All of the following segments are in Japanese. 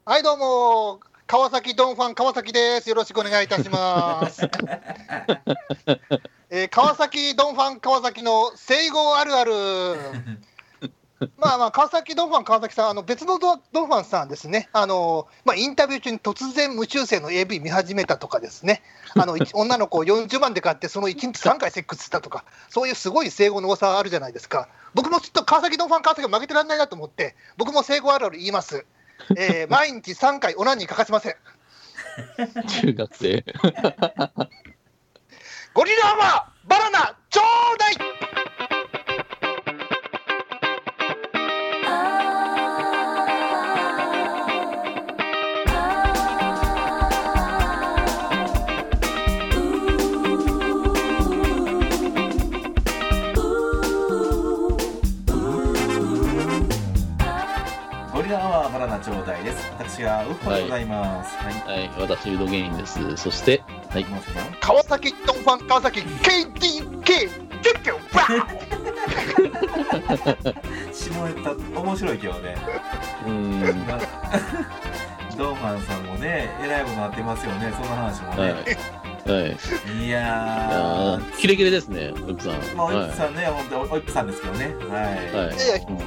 はいどうも川崎ドンファン川崎です。よろしくお願いいたします。川崎ドンファン川崎の整合あるある。川崎ドンファン川崎さん、別のドンファンさんですね、インタビュー中に突然無修正の AV 見始めたとかですね、女の子を40万で買ってその1日3回セックスしたとか、そういうすごい整合の噂あるじゃないですか。僕もちょっと川崎ドンファン川崎が負けてらんないなと思って、僕も整合あるある言います。毎日3回オナニー欠かしません。 中学生ゴリラアワーバナナちょうだい。 ゴリラアワーバナナちょうだいです。私はウッホでございます。 はい、私ウドゲインです。そして、はい、 川崎ドンファン川崎 KDK キュッキュッバー下ネタ面白いけどね。ドンファンさんもね、えらいことになってますよね。そんな話もね。 はい、 いやーキレキレですね、おいぷさん。 まあ、おいぷさんね、本当おいぷさんですけどね。はい。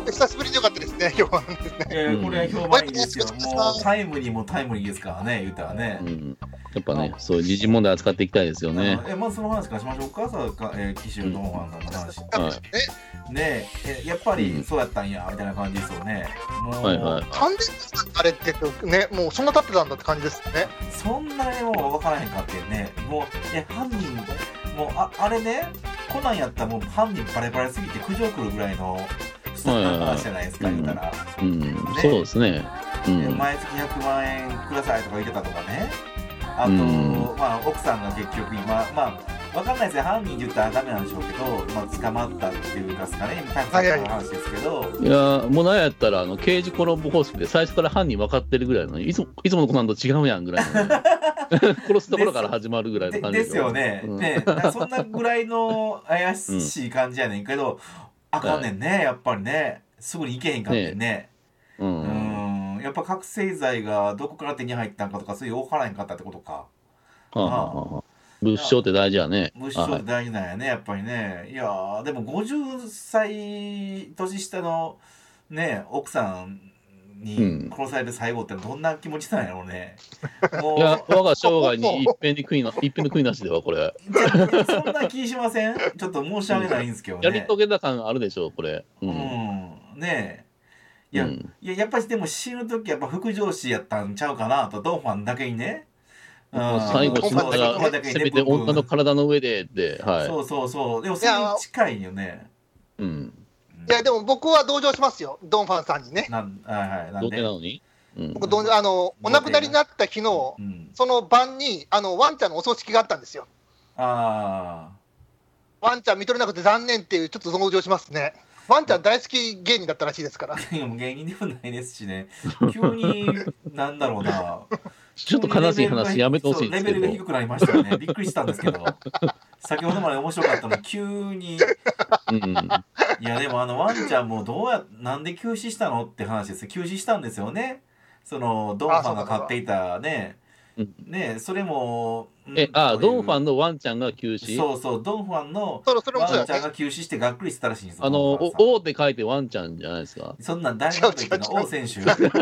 久しぶりでよかったですね、今日はね。 これは評判いいですよ。もうタイムリーもタイムリーですからね、言うたらね。 やっぱね、そういう時事問題扱っていきたいですよね。 まずその話からしましょうか、騎手ドンファンさんの話。ねえ、やっぱりそうやったんやみたいな感じですよね。 はいはい。 完全にあれってね、もうそんな経ってたんだって感じですね。 そんなにもう分からへんかってね。もう犯人もうあれね、コナンやったらもう犯人バレバレすぎて苦情来るぐらいのスタッフの話じゃないですか、言うたら。 そうですね。 毎月100万円くださいとか言ってたとかね。あと、奥さんが結局今分かんないですよ、犯人言ったらダメなんでしょうけど、捕まったっていうかですかね、逮捕された話ですけど、 いやもうなんやったら刑事コロンボ方式で最初から犯人分かってるぐらいの、いつものコナンと違うやんぐらいの、殺すところから始まるぐらいの感じですよね。そんなぐらいの怪しい感じやねんけど、あかんねんね、やっぱりね、すぐに行けへんかってんね。やっぱ覚醒剤がどこから手に入ったんかとか、そういう分からへんかったってことか。 物証って大事やね。 物証って大事なんやね、やっぱりね。いやでも50歳年下のね、奥さんに殺されて最後ってどんな気持ちなんやろうね。 いや、我が生涯に一遍の悔いなしでは、これ。 そんな気しません？ちょっと申し訳ないんですけどね。 やり遂げた感あるでしょ、これ。 ねえ。やっぱりでも死ぬ時やっぱ副上司やったんちゃうかなと、ドンファンだけにね。 最後、せめて女の体の上でって、 そう。でもそれに近いよね。 いやでも僕は同情しますよ、ドンファンさんにね。 童貞なのに。 僕お亡くなりになった日のその晩にワンちゃんのお葬式があったんですよ。ワンちゃん見とれなくて残念っていう、ちょっと同情しますね。ワンちゃん大好き芸人だったらしいですから。 いやもう芸人でもないですしね。急になんだろうな。 ちょっと悲しい話やめてほしいですけど。 レベルが低くなりましたよね。びっくりしたんですけど。先ほどまで面白かったのに急に。いやでもワンちゃんもなんで休止したのって話です。休止したんですよね。そのドンファンが飼っていたね。それもドンファンのワンちゃんが休止？ そう、ドンファンのワンちゃんが休止してがっくりしたらしいんですよ。 王って書いてワンちゃんじゃないですか。 そんなん誰が言ってんの？王選手。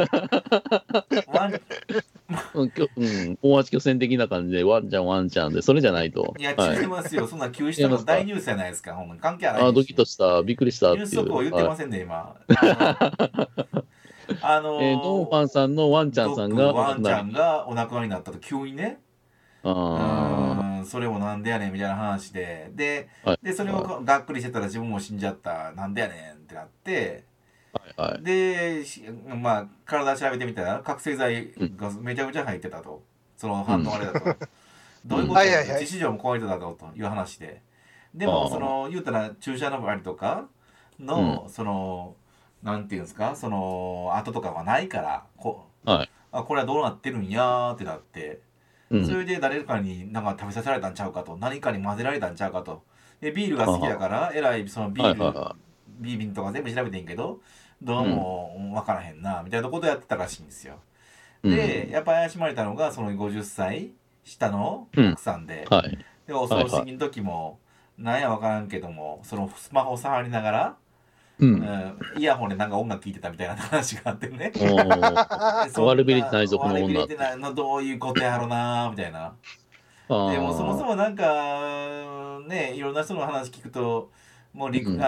大橋巨船的な感じでワンちゃんで、それじゃないと。 いや、違いますよ。そんな休止したの大ニュースじゃないですか。ほんま関係ない。 ドキッとした、びっくりしたっていう。 ニュース速報言ってませんね、今。 ドンファンさんのワンちゃんさんがお亡くなりになったと急にね。それもなんでやねんみたいな話で、それをがっくりしてたら自分も死んじゃった、なんでやねんってなって、で体調べてみたら覚醒剤がめちゃくちゃ入ってたと、その反応あれだと、どういうことや、致死量も超えてたという話で、でも言うたら注射の針とかのなんていうんですか、跡とかはないからこれはどうなってるんやーってなって、それで誰かになんか食べさせられたんちゃうかと、何かに混ぜられたんちゃうかと。でビールが好きだからえらいビールとか全部調べてんけど、どうも分からへんなみたいなことやってたらしいんですよ。 で、やっぱ怪しまれたのがその50歳下の奥さんで、 はい。 でお葬式の時も、なんやわからんけども、そのスマホ触りながら、イヤホンでなんか音楽聴いてたみたいな話があってね。 悪びれてないぞこの女。 悪びれてないのどういうことやろなみたいな。でもそもそもなんかね、いろんな人の話聞くと、もう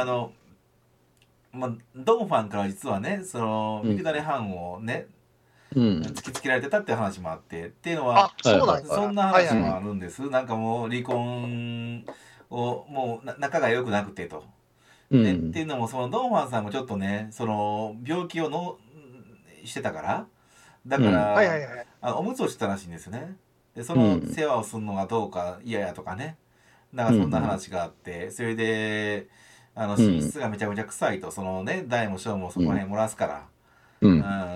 まあ、ドンファンから実はね、そのビクダレハンをね、突きつけられてたっていう話もあって、っていうのは、そんな話もあるんです。なんかもう離婚をもう仲が良くなくてと。っていうのも、そのドンファンさんもちょっとね、その病気をしてたから、だから、おむつをしてたらしいんですよね。でその世話をするのがどうか嫌やとかね、なんかそんな話があって、それで寝室がめちゃめちゃ臭いと、そのね、大も小もそこら辺漏らすから、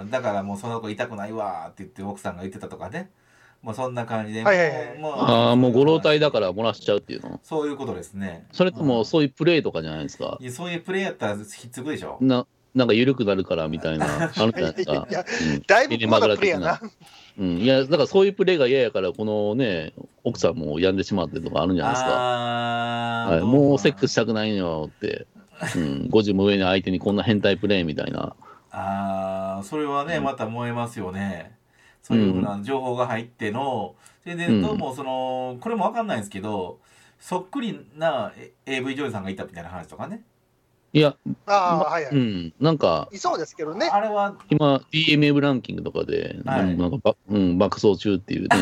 だからもうその子痛くないわって言って奥さんが言ってたとかね、もうそんな感じで、 もうご老体だから漏らしちゃうっていうの。 そういうことですね。 それともそういうプレイとかじゃないですか。 いや、そういうプレイやったらひっつくでしょ。 なんか緩くなるからみたいな、あるじゃないですか。 だいぶコアなプレイやな。 いや、だからそういうプレイが嫌やから、このね、奥さんも病んでしまってとかあるんじゃないですか。もうセックスしたくないのよって、50も上の相手にこんな変態プレイみたいな。 それはね、また燃えますよね。そういうふうな情報が入っての、それでどうもこれもわかんないんですけど、そっくりな AV 女優さんがいたみたいな話とかね。 いや、 なんか、いそうですけどね。 あれは、 今、DMM ランキングとかで、なんか爆走中っていうね、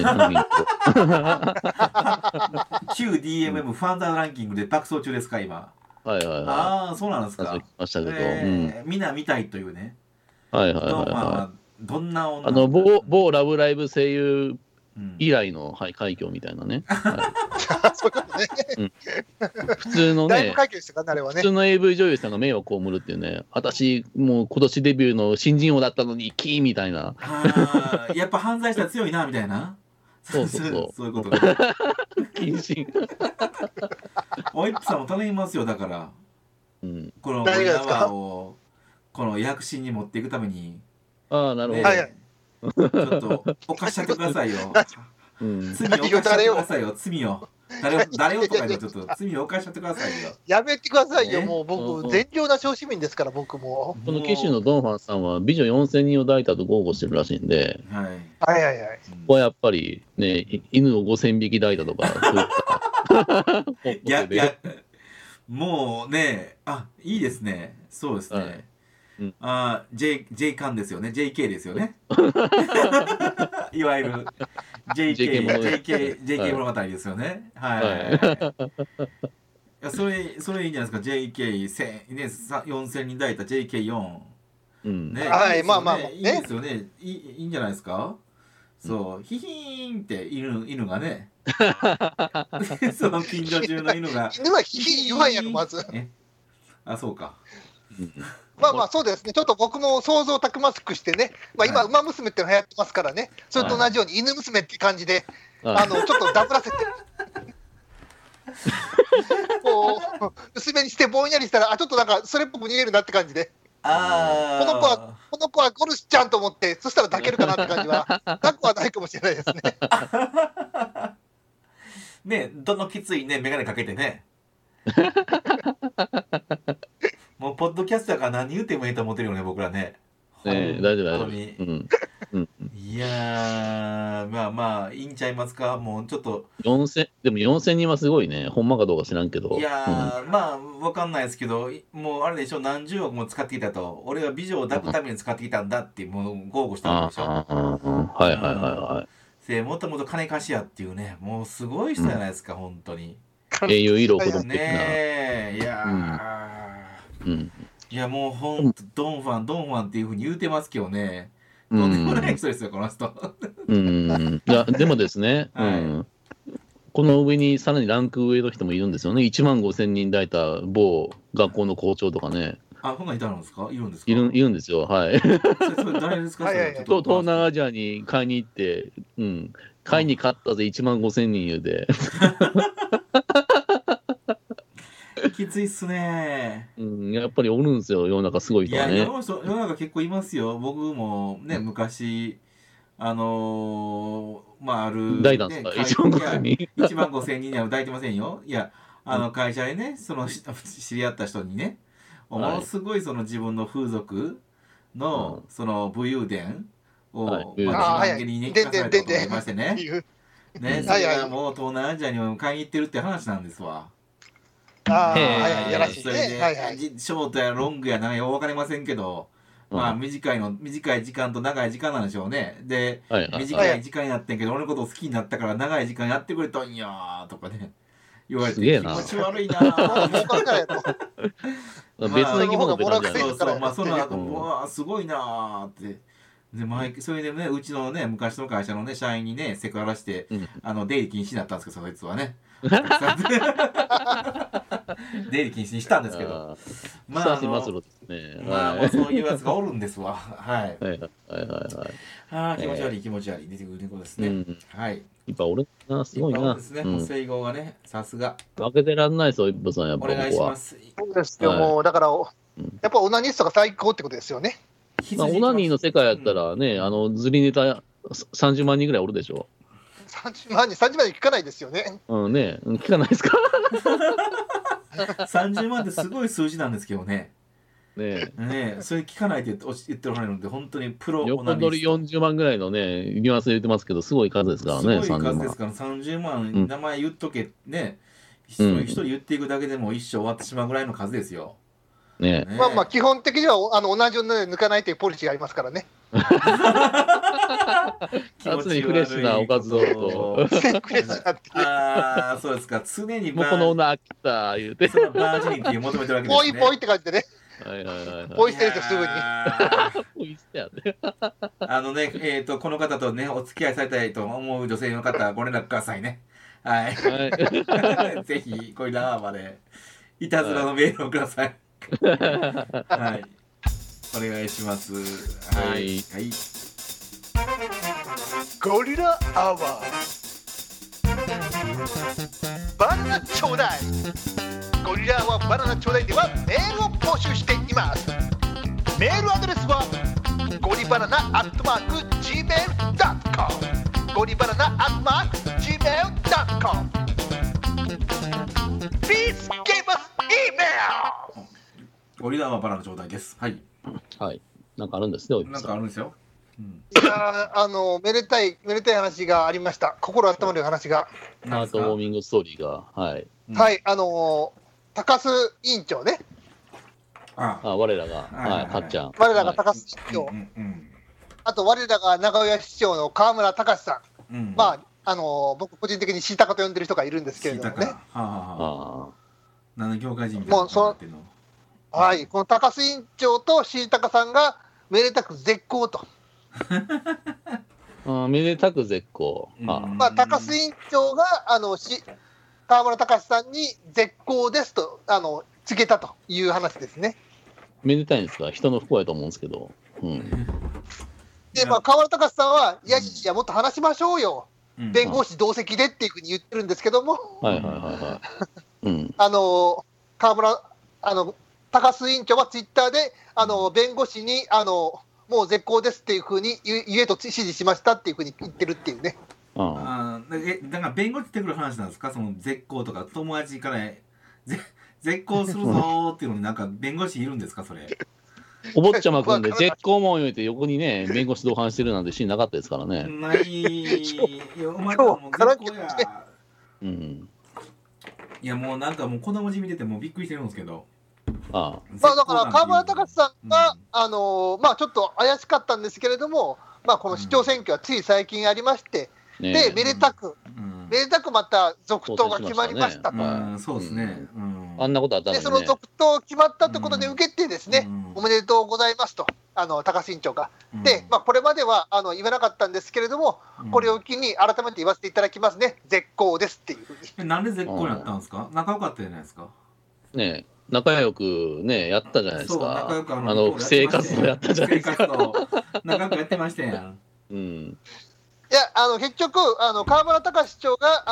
旧 DMM ファンザーランキングで爆走中ですか、今。そうなんですか。 ましたけど、 みんな見たいというね。どんな女某ラブライブ声優以来の快挙みたいなね。 そういうことね。 普通のね、 普通の AV 女優さんが名誉を被るっていうね、私、もう今年デビューの新人王だったのに、キーみたいな。 やっぱ犯罪したら強いな、みたいな。 そういうことね。 謹慎。 おいっぷさんも頼みますよ、だから。このゴリラバーを、この躍進に持っていくために。 なるほど。 ちょっと、犯しちゃってくださいよ。罪を犯しちゃってくださいよ、罪を。誰をとか言うとちょっと罪を犯しちゃってくださいよ。 やめてくださいよ、もう僕、善良な小市民ですから、僕も。 この騎手のドンファンさんは美女4000人を抱いたと豪語してるらしいんで、ここはやっぱりね、犬を5000匹抱いたとか、 もうね、いいですね、そうですね。J カンですよね、JK ですよね。いわゆる JK 物語ですよね。それいいんじゃないですか。JK4000 人抱いた JK4。いいですよね。いいんじゃないですか。そう、ヒヒーンって犬がね。その近所中の犬が。 犬はヒヒーン言わんやろ、まず。 そうか。 そうですね、ちょっと僕も想像たくましくしてね、今、馬娘っての流行ってますからね、それと同じように犬娘って感じで、ちょっとダブらせて、こう、娘にしてぼんやりしたら、ちょっとなんか、それっぽく逃げるなって感じで、この子はゴルシちゃんと思って、そしたら抱けるかなって感じは、なくはないかもしれないですね。 ね、どのきついね、眼鏡かけてね。もうポッドキャストだから何言ってもいいと思ってるよね、僕らね。 大丈夫、大丈夫。 いやー、いいんちゃいますか、もうちょっと。 でも4000人はすごいね、ほんまかどうか知らんけど。 いやー、わかんないですけど、もうあれでしょ、何十億も使ってきたと、俺は美女を抱くために使ってきたんだって、もう豪語したわけでしょ。もともと金貸しやっていうね、もうすごい人じゃないですか、本当に。 英雄色ほどねえ、いやもうほんとドンファンっていうふうに言うてますけどね、とんでもない人ですよ、この人。 いやでもですね、この上にさらにランク上の人もいるんですよね。1万5000人抱いた某学校の校長とかね。 こんなんいたんですか？いるんですか？ いるんですよ。はい。 それ誰ですか？ 東南アジアに買いに行って、買いに買ったぜ1万5000人言うて。 きついっすね。 やっぱりおるんですよ、世の中すごい人はね。 世の中結構いますよ。僕もね、昔まあある、 抱いたんですか、1万5000人。 1万5000人には抱いてませんよ。いや、会社でね、その知り合った人にね、ものすごいその自分の風俗の、その武勇伝を、自慢げにね、聞かされたことがありましてね。ね、それがもう東南アジアにも買いに行ってるって話なんですわ。 やらしいね。 それで、ショートやロングや何や分かりませんけど、まあ短い時間と長い時間なんでしょうね。で、短い時間やってんけど、俺のことを好きになったから長い時間やってくれたんやーとかね、言われて気持ち悪いなー。 別の生き物って感じそうそう、まあその後、うわすごいなーって。で、それでね、うちのね、昔の会社のね、社員にね、セクハラして、出入り禁止になったんですけど、そいつはね。出入り禁止にしたんですけど。 まあ、 そういうやつがおるんですわ。はい。気持ち悪い気持ち悪い出てくる猫ですね。はい。 やっぱ俺な、すごいな。 ですね。整合がね、さすが。 負けてらんないですよ、一歩さん、やっぱ。 お願いします。 そうですよ、もう、だから、やっぱオナニストが最高ってことですよね。 オナニーの世界やったらね、ズリネタ30万人ぐらいおるでしょ。 30万人聞かないですよね。 ね、聞かないですか。 30万ってすごい数字なんですけどね。 ねそれ聞かないって言っておられるので、本当にプロ横取り40万ぐらいのね、ニュアンスで言ってますけど、すごい数ですからね、 すごい数ですから、30万、名前言っとけ、ね、一人言っていくだけでも一生終わってしまうぐらいの数ですよ。 まあ、基本的には同じ女で抜かないというポリシーがありますからね。 常にフレッシュなおかずと。 ああ、そうですか。常にもうこの女飽きた言うて。 そのバージニティを求めてるわけですね。 ポイって感じでね。ポイしてるとすぐに。 ポイしてやね。この方とね、お付き合いされたいと思う女性の方、ご連絡くださいね。はい。ぜひ、こういうラーまで、いたずらのメールをください。はい。お願いします。はい。 ゴリラアワー。バナナちょうだい。ゴリラアワーバナナちょうだいではメールを募集しています。メールアドレスはゴリバナナ@gmail.com。ゴリバナナ@gmail.com。Please give us email。 ゴリラはバナナちょうだいです。はい。 はい。なんかあるんですね。 なんかあるんですよ。 いやめでたい話がありました。心温まる話が。 ハートウォーミングストーリーが。はい。 はい、高須委員長ね。 我らが、かっちゃん。 我らが高須委員長。あと、我らが名古屋市長の河村隆さん。まあ、僕、個人的にシータカと呼んでる人がいるんですけれどもね。 何の業界人みたいなのっていうの。 はい、この高須委員長とシータカさんがめでたく絶好と。 めでたく絶好。 まあ、高須委員長が河村隆さんに絶好ですと告げたという話ですね。 めでたいんですか、人の不幸やと思うんですけど。 で、まあ、河村隆さんは、いや、もっと話しましょうよ、弁護士同席でっていうふうに言ってるんですけども、高須委員長はツイッターで、弁護士にもう絶好ですっていうふうに言えと指示しましたっていうふうに言ってるっていうね。 だから弁護士ってくる話なんですか、その絶好とか、友達から絶好するぞーっていうのに、なんか弁護士いるんですか、それ。 お坊ちゃまくんで絶好もん言うて、横にね、弁護士同伴してるなんてシーンなかったですからね。 ない。お前も絶好や。いや、もうなんかもう子供じみててもうびっくりしてるんですけど。 まあ、だから河村隆さんが、まあ、ちょっと怪しかったんですけれども、まあ、この市長選挙はつい最近ありまして、でめでたくまた続投が決まりましたと。 そうですね。 あんなことあったんですね。で、その続投決まったということで受けてですね、おめでとうございますと、高須委員長が。で、まあ、これまでは言わなかったんですけれども、これを機に改めて言わせていただきますね、絶好ですっていうふうに。なんで絶好になったんですか？仲良かったじゃないですか。 ねえ、仲良くね、やったじゃないですか。不正活動やったじゃないですか。 仲良くやってましたやん。 いや、結局、河村隆市長が、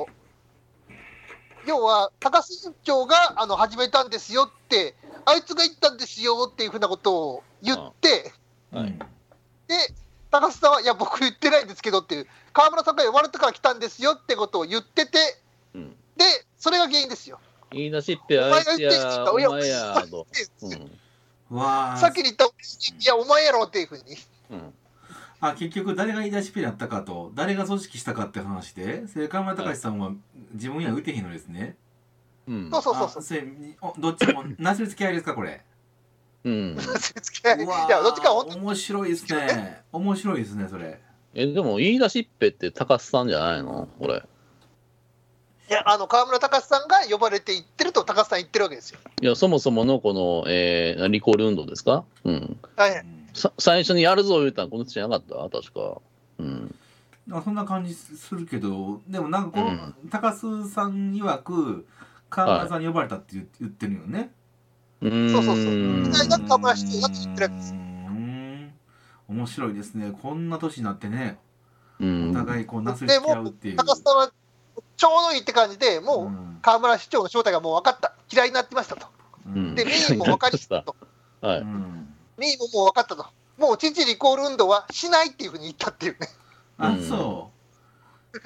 要は、高須委員長が始めたんですよって、あいつが言ったんですよっていうふうなことを言って、で、 高須さんは、いや、僕言ってないんですけどっていう、河村さんが呼ばれたから来たんですよってことを言ってて、で、それが原因ですよ。 言い出しっぺ、あいつや、お前や、と。 さっきに言った、いや、お前やろっていうふうに。 結局、誰が言い出しっぺだったかと、誰が組織したかって話で、河村隆さんは自分には打てへんのですね。 そうそうそう。 どっちも、なすりつき合いですか、これ。 いや、どっちか本当に。 面白いですね。面白いですね、それ。 でも、言い出しっぺって高須さんじゃないのこれ。 いや、河村隆さんが呼ばれて行ってると高須さん言ってるわけですよ。 いや、そもそものこの、リコール運動ですか？ はい。 最初にやるぞ言うたらこの人じゃなかった確か。 そんな感じするけど、でもなんかこの、高須さん曰く、河村さんに呼ばれたって言ってるよね。 そうそうそう。時代が河村市長だって言ってるわけです。 面白いですね。こんな年になってね、お互いこうなすりつき合うっていう。 高須さんはちょうどいいって感じで、もう河村市長の正体がもう分かった、嫌いになってましたと。で、民意も分かりましたと。民意ももう分かったと。もう知事リコール運動はしないっていうふうに言ったっていうね。 そう。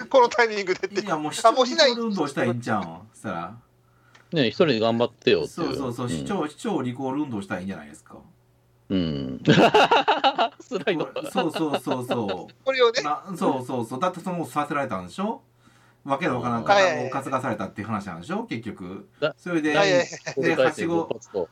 このタイミングでって。 いや、もう市長リコール運動したらいいんちゃうんしたら。 ね、一人で頑張ってよっていう。 そう、市長リコール運動したらいいんじゃないですか。 スライド。 そう。 これをね。 そう。だってそのさせられたんでしょ。わけのわからんからもう担がされたっていう話なんでしょ結局。それではしご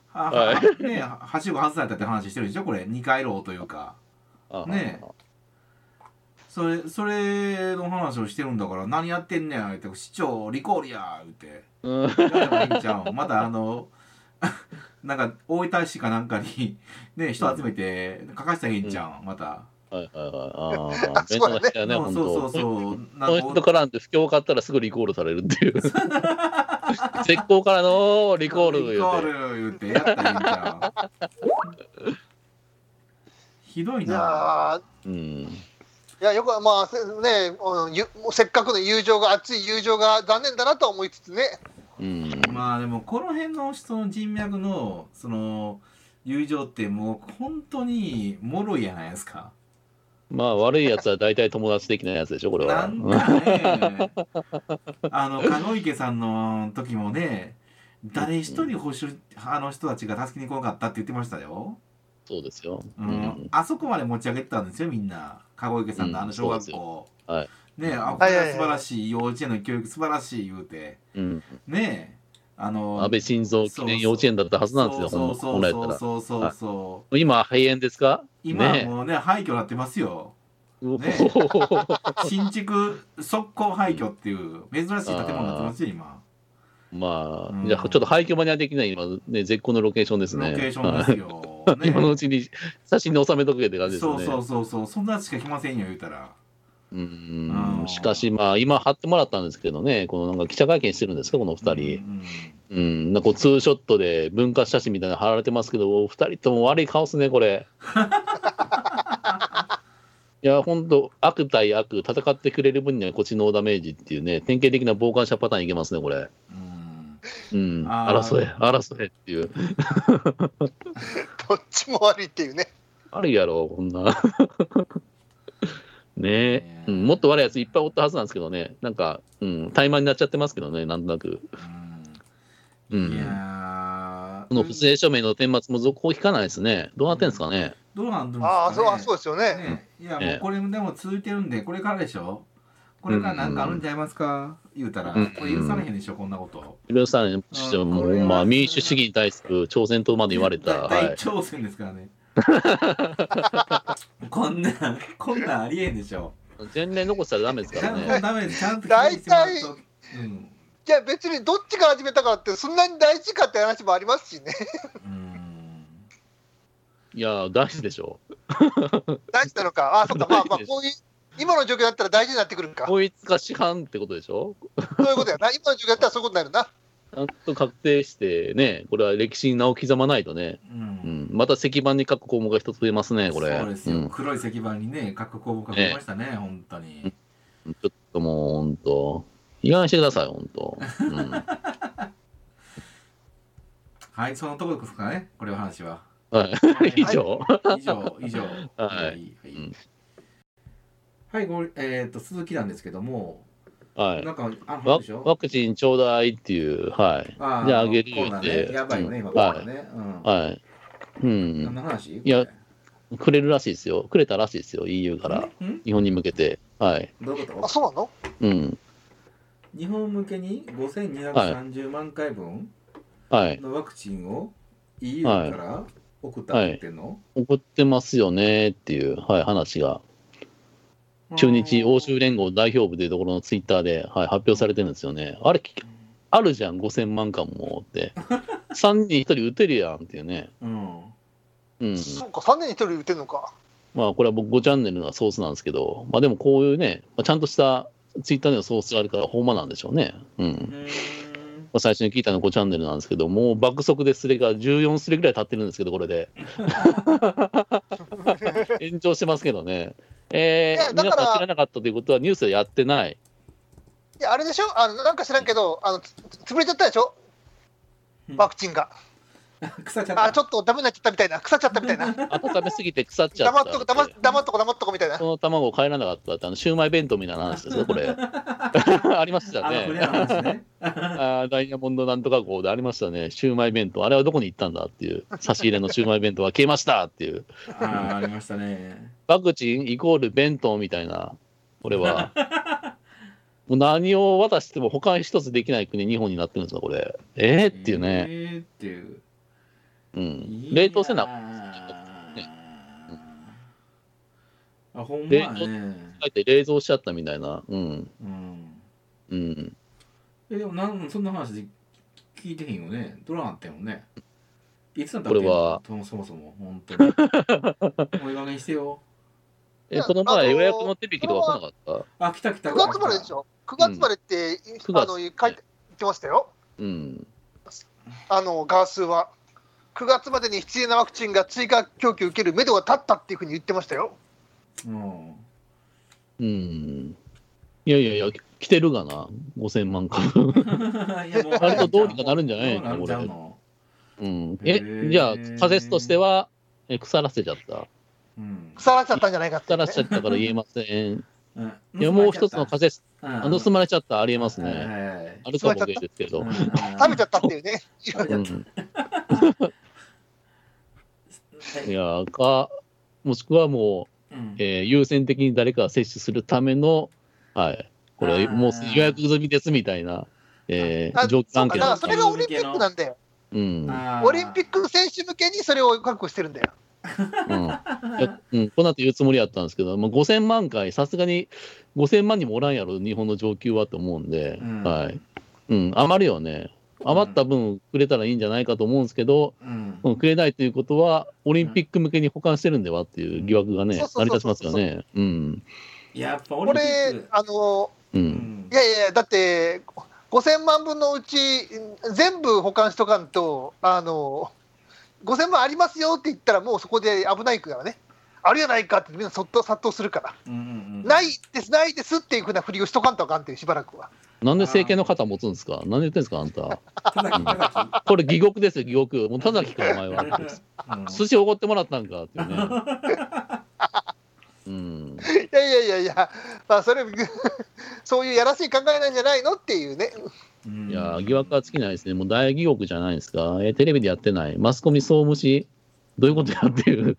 外されたって話してるでしょこれ二回楼というかねそれの話をしてるんだから何やってんねんって市長リコールや言ってまたなんか大分市かなんかにね人集めて書かしたらいいんちゃんまた。 便利な人やね、本当。その人からんで不況買ったらすぐリコールされるっていう。絶好からのリコール言ってやったらいいんちゃう。ひどいな。 いや、よくまあね、せっかくの友情が熱い友情が残念だなと思いつつね。 まあでもこの辺の人の人脈のその友情ってもう本当に脆いじゃないですか。 まあ悪いやつは大体友達的なやつでしょこれは。 なんかね籠池さんの時もね誰一人保守人たちが助けに来なかったって言ってましたよ。 そうですよ。 あそこまで持ち上げてたんですよみんな。籠池さんの小学校。ねえ、これは素晴らしい幼稚園の教育素晴らしい言うて。ねえ。 安倍晋三記念幼稚園だったはずなんですよ、本来やったら。 そう。 今、廃園ですか？ 今はもうね、廃墟になってますよ。新築速攻廃墟っていう珍しい建物になってますよ、今。 まあ、じゃあちょっと廃墟マニア的な今、ね、絶好のロケーションですね。 ロケーションですよ。 今のうちに写真に収めとけって感じですね。 そう。そんなしか来ませんよ、言うたら。 しかしまあ今貼ってもらったんですけどね、このなんか記者会見してるんですかこの2人。なんかツーショットで文化写真みたいなの貼られてますけど、2人とも悪い顔っすねこれ。いや本当悪対悪戦ってくれる分にはこっちノーダメージっていうね典型的な傍観者パターンいけますねこれ。争えっていう。 どっちも悪いっていうね。 悪いやろこんな。ねえ、もっと悪いやついっぱいおったはずなんですけどね、なんか、怠慢になっちゃってますけどね、なんとなく。いやこの不正署名の顛末も続報聞かないですね。どうなってんですかね。 どうなんですかね。 そうですよね。 いや、もうこれでも続いてるんで、これからでしょ。これからなんかあるんちゃいますか言うたら、これ許されへんでしょ、こんなこと。許されへんし、 もう、まあ、民主主義に対する挑戦とまで言われた。 大挑戦ですからね。こんなんありえんでしょ。 前年残したらダメですからね。 ダメです。ちゃんと大体、じゃあ別にどっちが始めたかってそんなに大事かって話もありますしね。 いや大事でしょ。 大事なのか。そうか。まあこういう今の状況だったら大事になってくるか。 統一化師範ってことでしょ。 そういうことやな。今の状況だったらそういうことになるな。 ちゃんと確定してね、これは歴史に名を刻まないとね、また石板に書く項目が一つ増えますね、これ。 そうですよ、黒い石板にね、書く項目が増えましたね、本当に。 ちょっともう、本当、いかがしてください、本当。 はい、そのところですかね、これは話は。 はい、以上。 以上。 はい。 はい、鈴木なんですけども、 はい。 なんかワクチンちょうだいっていう、はい。じゃああげるよって。 やばいよね、今コロナね。 はい。うん。 何の話？ いや、くれるらしいですよ。くれたらしいですよ、EU から。日本に向けて。はい。 どういうこと？ あ、そうなの？ うん。 日本向けに5230万回分のワクチンを EU から送ったって言ってんの？ 送ってますよねっていう、はい、話が。中日欧州連合代表部というところのツイッターで、はい、発表されてるんですよね。あれ、あるじゃん、5000万回もって。3人1人打てるやんっていうね。 うん。そうか、3人に1人打てるのか。 まあ、これは僕5チャンネルのソースなんですけど、まあでもこういうね、ちゃんとしたツイッターでのソースがあるからほんまなんでしょうね。うん。まあ、最初に聞いたのは5チャンネルなんですけど、もう爆速でスレが14スレぐらい経ってるんですけど、これで。延長してますけどね。皆さん知らなかったということはニュースでやってない。 いや、あれでしょ、なんか知らんけど、潰れちゃったでしょ、ワクチンが。 腐っちゃった。 ちょっとダメになっちゃったみたいな、腐っちゃったみたいな。 温めすぎて腐っちゃった。 黙っとこみたいな。 その卵を帰らなかったって、シウマイ弁当みたいな話ですよ、これ。ありましたね。ダイヤモンドなんとか号でありましたね、シウマイ弁当。あれはどこに行ったんだっていう、差し入れのシウマイ弁当は消えましたっていう。 ありましたね。 ワクチンイコール弁当みたいな、これは。もう何を渡しても他一つできない国、日本になってるんですか、これ。っていうね。 っていう。 うん。冷凍せな。 ほんまやね。 冷蔵しちゃったみたいな。うん。うん。 でもそんな話で聞いてへんよね。どうなってんのね。いつだったっけ？これは。 そもそも、本当に。もういい加減してよ。 この前予約の手引きとか来なかった？ 来た。9 月まででしょ。9月までって、書いてましたよ。 うん。 ガースは。9月までに必要なワクチンが追加供給受ける目処が立ったっていうふうに言ってましたよ。 いや、来てるがな、5000万回。割とどうにかなるんじゃないのこれ。うん。じゃあ、仮説としては、腐らせちゃった。 腐らせちゃったんじゃないかって、 腐らせちゃったから言えません。いや、もう一つの仮説、盗まれちゃった、ありえますね。あるかもしれないですけど。 食べちゃったっていうね。 いや、もしくはもう、優先的に誰かが接種するための、はい、これ、もう予約済みですみたいな、状況関係なんです。 それがオリンピックなんだよ。オリンピック選手向けにそれを確保してるんだよ。 この後言うつもりやったんですけど、もう5000万回、さすがに5000万人もおらんやろ、日本の上級はと思うんで、余るよね。余った分くれたらいいんじゃないかと思うんですけど、くれないということは、オリンピック向けに保管してるんではっていう疑惑がね、成り立ちますよね。 やっぱオリンピック、いや、だって、5000万分のうち、全部保管しとかんと、5000万ありますよって言ったら、もうそこで危ないからね。あるやないかってみんな殺到するから、ないですっていうふうなふりをしとかんとあかんっていう、しばらくは。 なんで政権の肩持つんですか？何で言ってんですか、あんた。これ、疑獄ですよ、疑獄。もう田崎か、お前は。寿司おごってもらったんかっていうね。 いや、まあ、そういうやらしい考えなんじゃないのっていうね。 いや、疑惑は尽きないですね。もう大疑獄じゃないですか。テレビでやってない。マスコミ総務士、どういうことやっていう。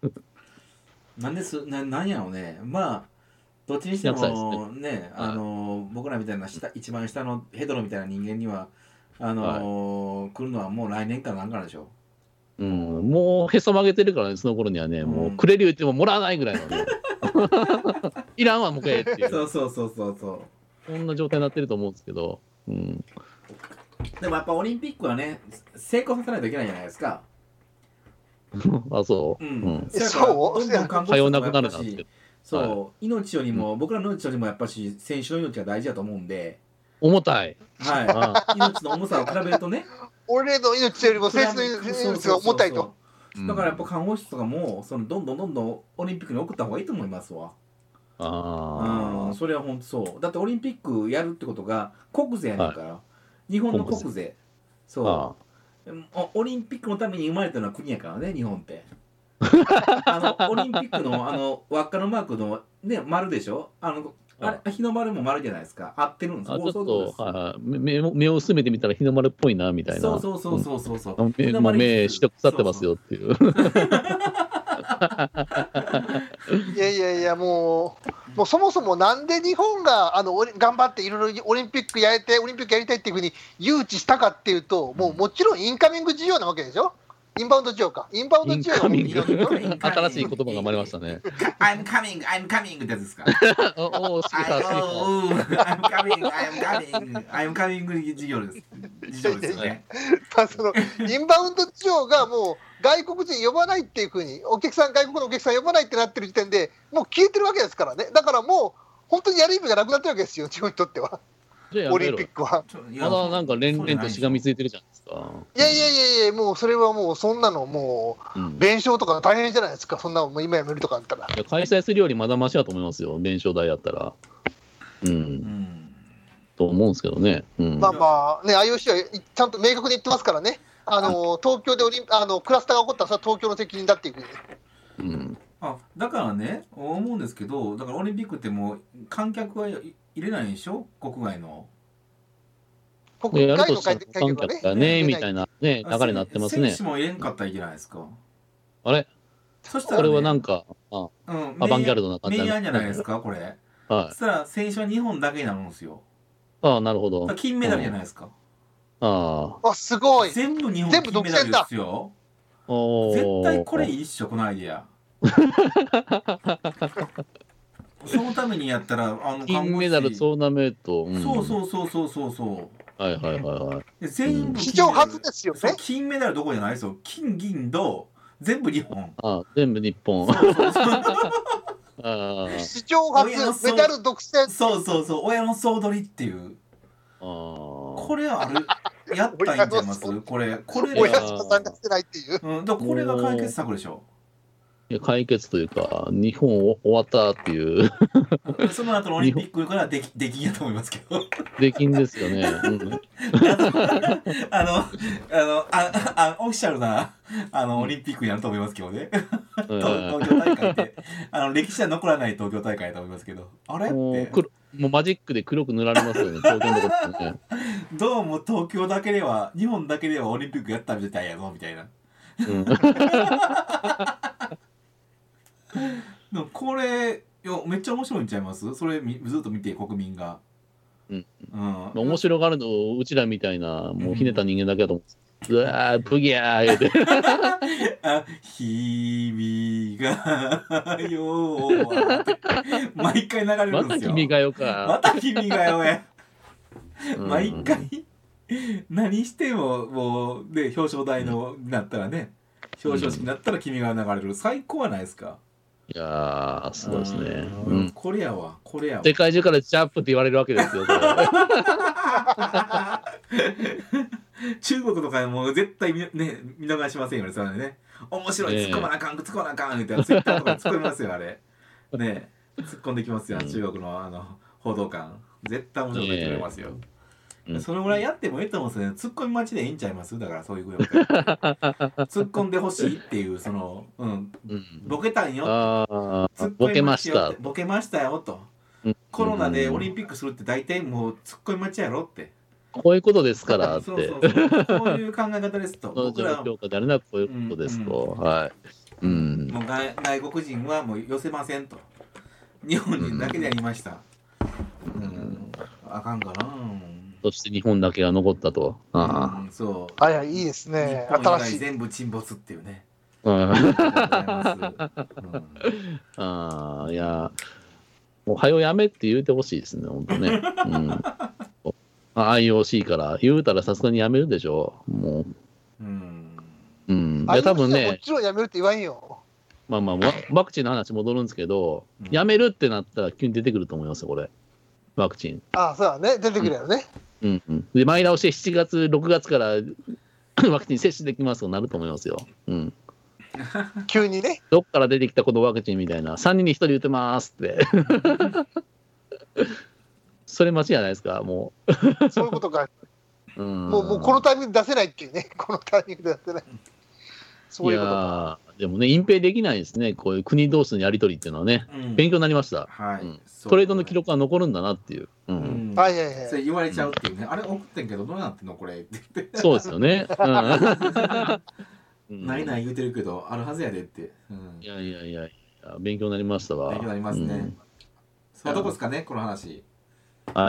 なんやろうね。まあ、どっちにしてもね、僕らみたいな一番下のヘドロみたいな人間には、来るのはもう来年かなんかでしょ。 もうへそ曲げてるからね、その頃にはね、もうくれる言ってももらわないぐらいのね。いらんわ、もうえっていう。 そう。 そんな状態になってると思うんですけど。 でもやっぱオリンピックはね、成功させないといけないじゃないですか。 そう。 そう。 通わなくなるなんですけど。 そう、命よりも、僕らの命よりもやっぱし選手の命が大事だと思うんで。 重たい。 命の重さを比べるとね。 俺の命よりも選手の命が重たいと。 だからやっぱ看護師とかもどんどんオリンピックに送った方がいいと思いますわ。それは本当そう。だってオリンピックやるってことが国税やねんから。日本の国税。そう。オリンピックのために生まれたのは国やからね、日本って。 オリンピックの輪っかのマークのね丸でしょ。日の丸も丸じゃないですか。合ってるんです。 ちょっと、目を薄めてみたら日の丸っぽいなみたいな。 そう。 もう目視力腐ってますよっていう。 いやもうそもそもなんで日本が頑張っていろいろオリンピックやりたいっていうふうに誘致したかっていうと、もちろんインカミング需要なわけでしょ。インバウンド需要か。インバウンド需要新しい言葉が生まれましたね。 I'm coming ってやつですか。 おお、好きだ。 I'm coming 事業ですよね。 そのインバウンド需要がもう外国人呼ばないっていうふうに、外国のお客さん呼ばないってなってる時点でもう消えてるわけですからね。だからもう本当にやる意味がなくなってるわけですよ、日本にとっては。オリンピックはまだなんか連々としがみついてるじゃないですか。 いやもうそれはもうそんなのもう弁償とか大変じゃないですか。そんなのもう今やめるとかあったら。 開催するよりまだマシだと思いますよ、弁償代やったら。と思うんですけどね。 まあね、IOC はちゃんと明確に言ってますからね。東京でクラスターが起こったらそれは東京の責任だっていうふうに。 だからね思うんですけど、だからオリンピックってもう観客は入れないでしょ、国外の。 国外の観客がねみたいなね流れになってますね。 選手も入れんかったらいけないですか。 あれ、 そしたら、 これはなんかアバンギャルドな感じ明暗じゃないですかこれ。そしたら選手は日本だけになるんですよ。 なるほど。 金メダルじゃないですか。 すごい。 全部日本金メダルですよ。絶対これいいっしょ、このアイディア。そのためにやったら金メダルトーナメント。 そう。全員史上初ですよね。 金メダルどこじゃないですよ。金銀銅全部日本。 全部日本。 史上初メダル独占。 そう親の総取りっていう。これあるやったらいいんちゃいます。これ親しか参加してないっていう。 これが解決策でしょ。 いや解決というか日本終わったっていうその後のオリンピックからできんやと思いますけど。 できんですよね。 オフィシャルなオリンピックになると思いますけどね。東京大会って歴史は残らない東京大会だと思いますけど、あれってもうマジックで黒く塗られますよね、東京のところね。 どうも東京だけでは日本だけではオリンピックやったみたいやぞみたいな。これめっちゃ面白いんちゃいます。それずっと見て国民が。 面白がるのうちらみたいなもうひねった人間だけだと思うんです。うわーブギャー言うて君がよー毎回流れるんですよ。 また君がよか。 また君がよや。毎回何してももうね、表彰台のなったらね、表彰式になったら君が流れる。最高はないですか。 いやすごいですね。 これやわ。 世界中からジャンプって言われるわけですよ。 中国とかもう絶対見逃しませんよね。それね。面白い、突っ込まなあかんみたいなツイッターとか突っ込みますよあれ。ね、突っ込んできますよ。中国の報道官絶対面白いと言われますよ。そのぐらいやってもいいと思うんですね。ツッコミ待ちでいいんちゃいます。だからそういうぐらい突っ込んでほしいっていうボケたんよ。 ボケましたよと。コロナでオリンピックするって大体もうツッコミ待ちやろって。 こういうことですからって。 そういう考え方ですと。 僕らの状況であれなくこういうことですと。はい。 もう外国人はもう寄せませんと。日本人だけでやりました。あかんかな。 そして日本だけが残ったと。 そう。 いいですね。 日本以外全部沈没っていうね。 いやもう早やめって言うてほしいですね、本当ね。IOC から言うたらさすがにやめるでしょう。もう。いや多分ね。 もちろんやめるって言わんよ。 ワクチンの話戻るんですけど、やめるってなったら急に出てくると思いますよ、これ。ワクチン。 そうだね、出てくるよね。 で前倒し7月6月からワクチン接種できますとなると思いますよ。 急にね。 どっから出てきたこのワクチンみたいな、3人に1人打てますってそれ間違いないですか。もうそういうことか。もうこのタイミングで出せないっていうね。このタイミングで出せない。そういうことか。 でもね、隠蔽できないですね、こういう国同士のやり取りっていうのはね、勉強になりました。トレードの記録が残るんだなっていう。 それ言われちゃうっていうね、あれ送ってんけど、どうなってんのこれって言って。 そうですよね。 ないない言うてるけど、あるはずやでって。 いや、勉強になりましたわ。 勉強になりますね。さあ、どこですかね、この話。 はい。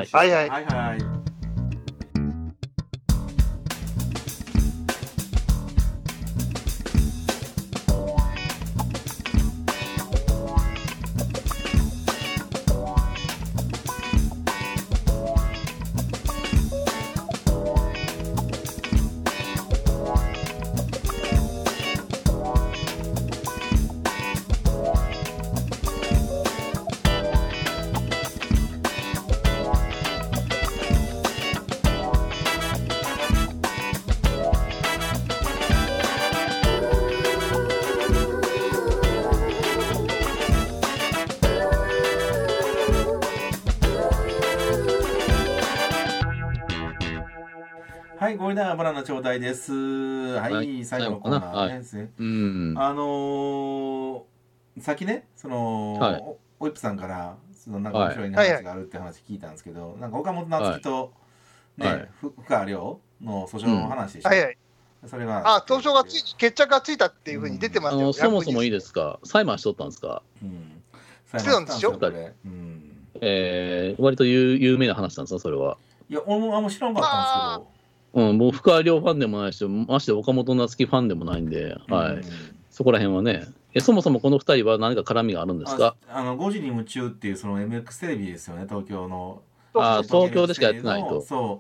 はい、ゴールデンアバラの頂戴です。はい、最後のコーナーですね。さっきね、おいっぷさんから、なんか面白い話があるって話聞いたんですけど、なんか岡本夏樹と、ね、深川亮の訴訟の話でした。それが。 訴訟が決着がついたっていうふうに出てましたよ。 そもそもいいですか、裁判しとったんですか。 してたんですよ。 割と有名な話なんですか、それは。 いや、俺もあんま知らなかったんですけど。 もう深川亮ファンでもないし、まして岡本夏樹ファンでもないんで、そこら辺はね。そもそもこの2人は何か絡みがあるんですか。 5時に夢中っていうその MX テレビですよね、東京の。 東京でしかやってないと。 そう。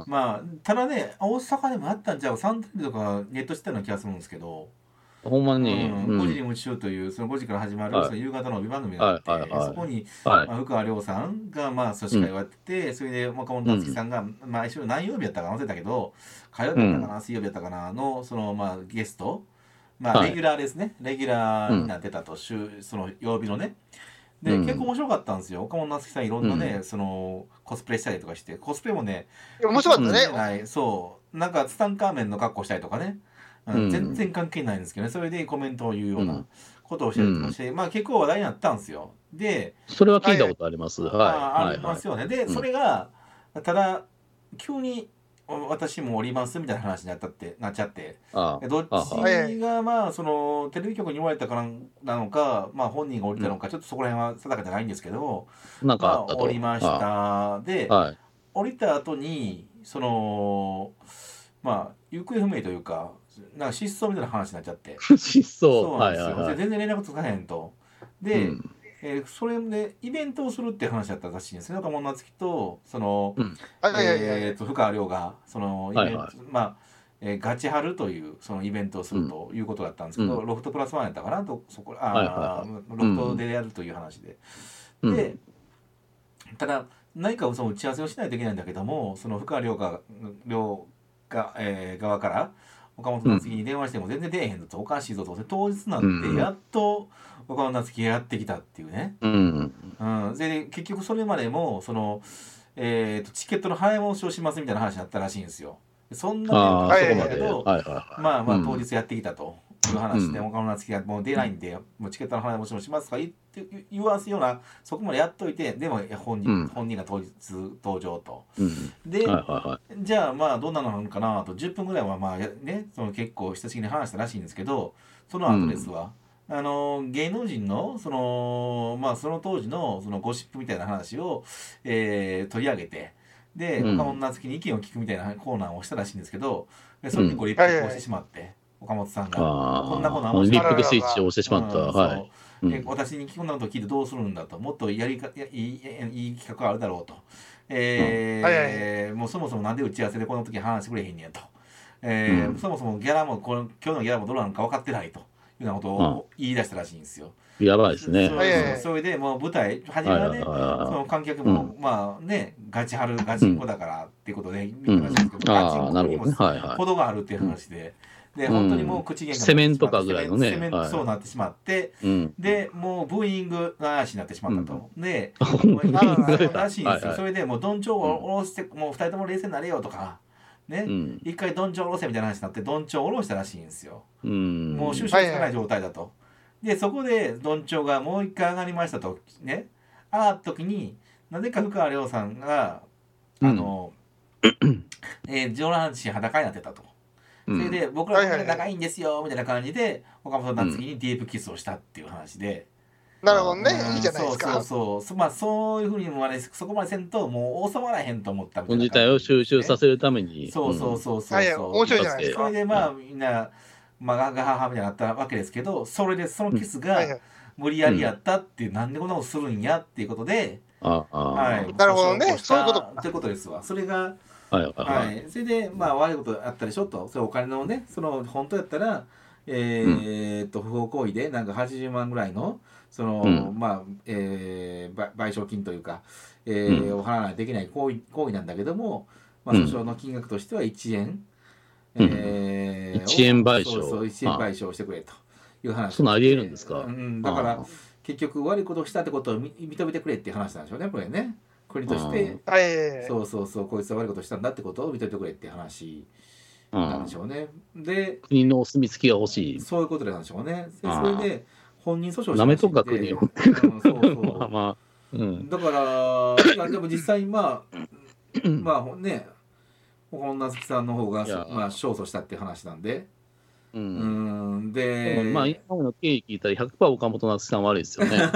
まあ、ただね、大阪でもあったんちゃう、サンテレビとかネットしてたような気がするんですけど。 ほんまに。 5時に夢中という、その5時から始まるその夕方の帯番組があって、そこに深川亮さんが、まあ、司会をやってて、それで岡本夏樹さんが、まあ、一緒に何曜日やったか忘れたけど、火曜日やったかな、水曜日やったかなの、まあ、ゲスト。まあ、レギュラーですね。レギュラーになってたと、その曜日のね。で、結構面白かったんですよ。岡本夏樹さんいろんなね、コスプレしたりとかして、コスプレもね、 面白かったね。 そう、なんかツタンカーメンの格好したりとかね、全然関係ないんですけどね、それでコメントを言うようなことをしたりとかして、まあ結構話題になったんですよ。で、 それは聞いたことあります。 ありますよね。で、それが、ただ、急に、私もおりますみたいな話になっちゃって、どっちがまあテレビ局に言われたからなのか、まあ本人が降りたのか、ちょっとそこら辺は定かじゃないんですけど、 なんか降りました。で、降りた後にまあ行方不明というか、なんか失踪みたいな話になっちゃって。 失踪。 そうなんですよ。全然連絡つかへんと。で、それでイベントをするっていう話だったらしいんですね。岡本夏樹と深川亮がイベント、まあガチハルというそのイベントをするということだったんですけど、ロフトプラスワンやったかなと、ロフトでやるという話で。で、ただ何かその打ち合わせをしないといけないんだけども、その深川亮側から岡本夏樹に電話しても全然出えへんと、おかしいぞと。当日になってやっと岡本夏樹がやってきたっていうね。で結局それまでもチケットの払い戻しをしますみたいな話になったらしいんですよ。そんなにだけど、まあ当日やってきたという話で、岡本夏樹がもう出ないんで、もうチケットの払い戻しもしますか言わすような、そこまでやっといて、でも本人が当日登場と。で、じゃあまあどんなのなのかなと、10分ぐらいはまあね、結構親しげに話したらしいんですけど、その後ですわ。芸能人のその当時のゴシップみたいな話を、取り上げて、で、岡本夏樹に意見を聞くみたいなコーナーをしたらしいんですけど、それにご立腹をしてしまって、岡本さんがこんなコーナーを立腹スイッチを押してしまった。 私にこんなこと聞いてどうするんだと、もっといい企画があるだろうと、もうそもそもなんで打ち合わせでこの時話してくれへんねやと、そもそもギャラも今日のギャラもどうなのか分かってないというようなことを言い出したらしいんですよ。 やばいですね。 それでもう舞台初めはね、その観客もまあね、ガチンコだからっていうことで見てましたけど、ガチンコにも程があるっていう話で。で本当にもう口喧嘩セメントかぐらいのね、 セメントそうなってしまって、でもうブーイングの嵐になってしまったと。で、らしいんですよ。それでもうどんちょうを下ろして、もう2人とも冷静になれよとか、 ね、一回どんちょう下ろせみたいな話になってどんちょう下ろしたらしいんですよ。もう収集つかない状態だと。でそこでどんちょうがもう一回上がりましたとね、上がった時になぜか深川亮さんが上半身裸になってたと。それで僕らは仲いいんですよみたいな感じで岡本夏樹にディープキスをしたっていう話で。 なるほどね、いいじゃないですか。 そういうふうにもあれそこまでせんともう収まらへんと思ったみたいな、 本自体を収集させるために。 そう面白いじゃないですか。 それでみんなガハハみたいになったわけですけど、それでそのキスが無理やりやったっていう、なんでこんなことするんやっていうことで、 なるほどね、そういうことということですわ。それがそれで悪いことあったでしょと、それお金のね、その本当やったら不法行為でなんか80万ぐらいのその賠償金というかを払わないといけない行為なんだけども、訴訟の金額としては1円 1円賠償 1円賠償してくれという話。 そんなありえるんですか。 だから結局悪いことをしたってことを認めてくれっていう話なんでしょうね、これね。国としてそうこいつは悪いことをしたんだってことを認めてくれっていう話なんでしょうね。で国のお墨付きが欲しい、 そういうことなんでしょうね。それで本人訴訟なめとか国をだからいやでも実際ね岡本夏樹さんの方が勝訴したっていう話なんで、で今の経緯聞いたら 100% 岡本夏樹さん悪いですよね。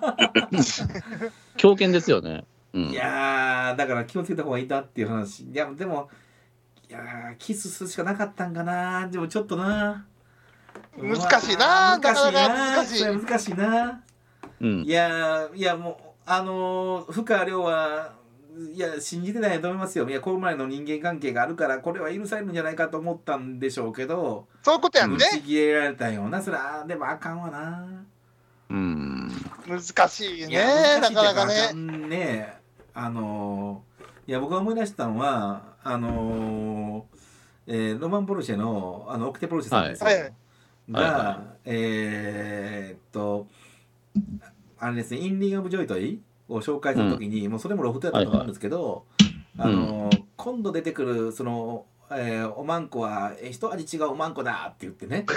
強権ですよね。 いやだから気をつけた方がいいなっていう話。いやでもキスするしかなかったんかな。でもちょっとな難しいな、 難しいな。いやもう深川亮はいや信じてないと思いますよ。いやこれまでの人間関係があるからこれは許されるんじゃないかと思ったんでしょうけど、 そういうことやんね。 ぶち切れられたような、それはでもあかんわな。 難しいね、なかなかね。 いや僕が思い出したのはロマンポルシェのオクテポルシェさんですよ、があれですね、インディング・オブ・ジョイトイを紹介するときに、もうそれもロフトやったと思うんですけど、今度出てくるそのおまんこは一味違うおまんこだって言ってね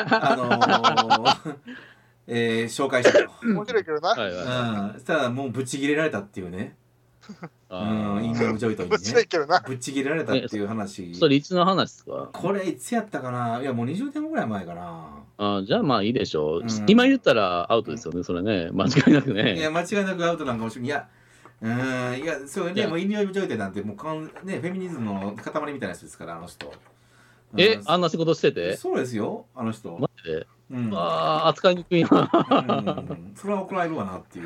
紹介したと。 面白いけどな。 そしたらもうぶち切れられたっていうね。インディング・オブ・ジョイトイにねぶち切れられたっていう話。 それいつの話ですか。 これいつやったかな。いやもう20年ぐらい前かな。 じゃあいいでしょう。今言ったらアウトですよね、それね。間違いなくね。 いや間違いなくアウトなんかもしれない。いやそれね、もうインディング・オブ・ジョイトイなんてもうねフェミニズムの塊みたいな人ですから、あの人。 あんな仕事してて。 そうですよ、あの人。 マジで。扱いにくいな。 それは怒られるわなっていう。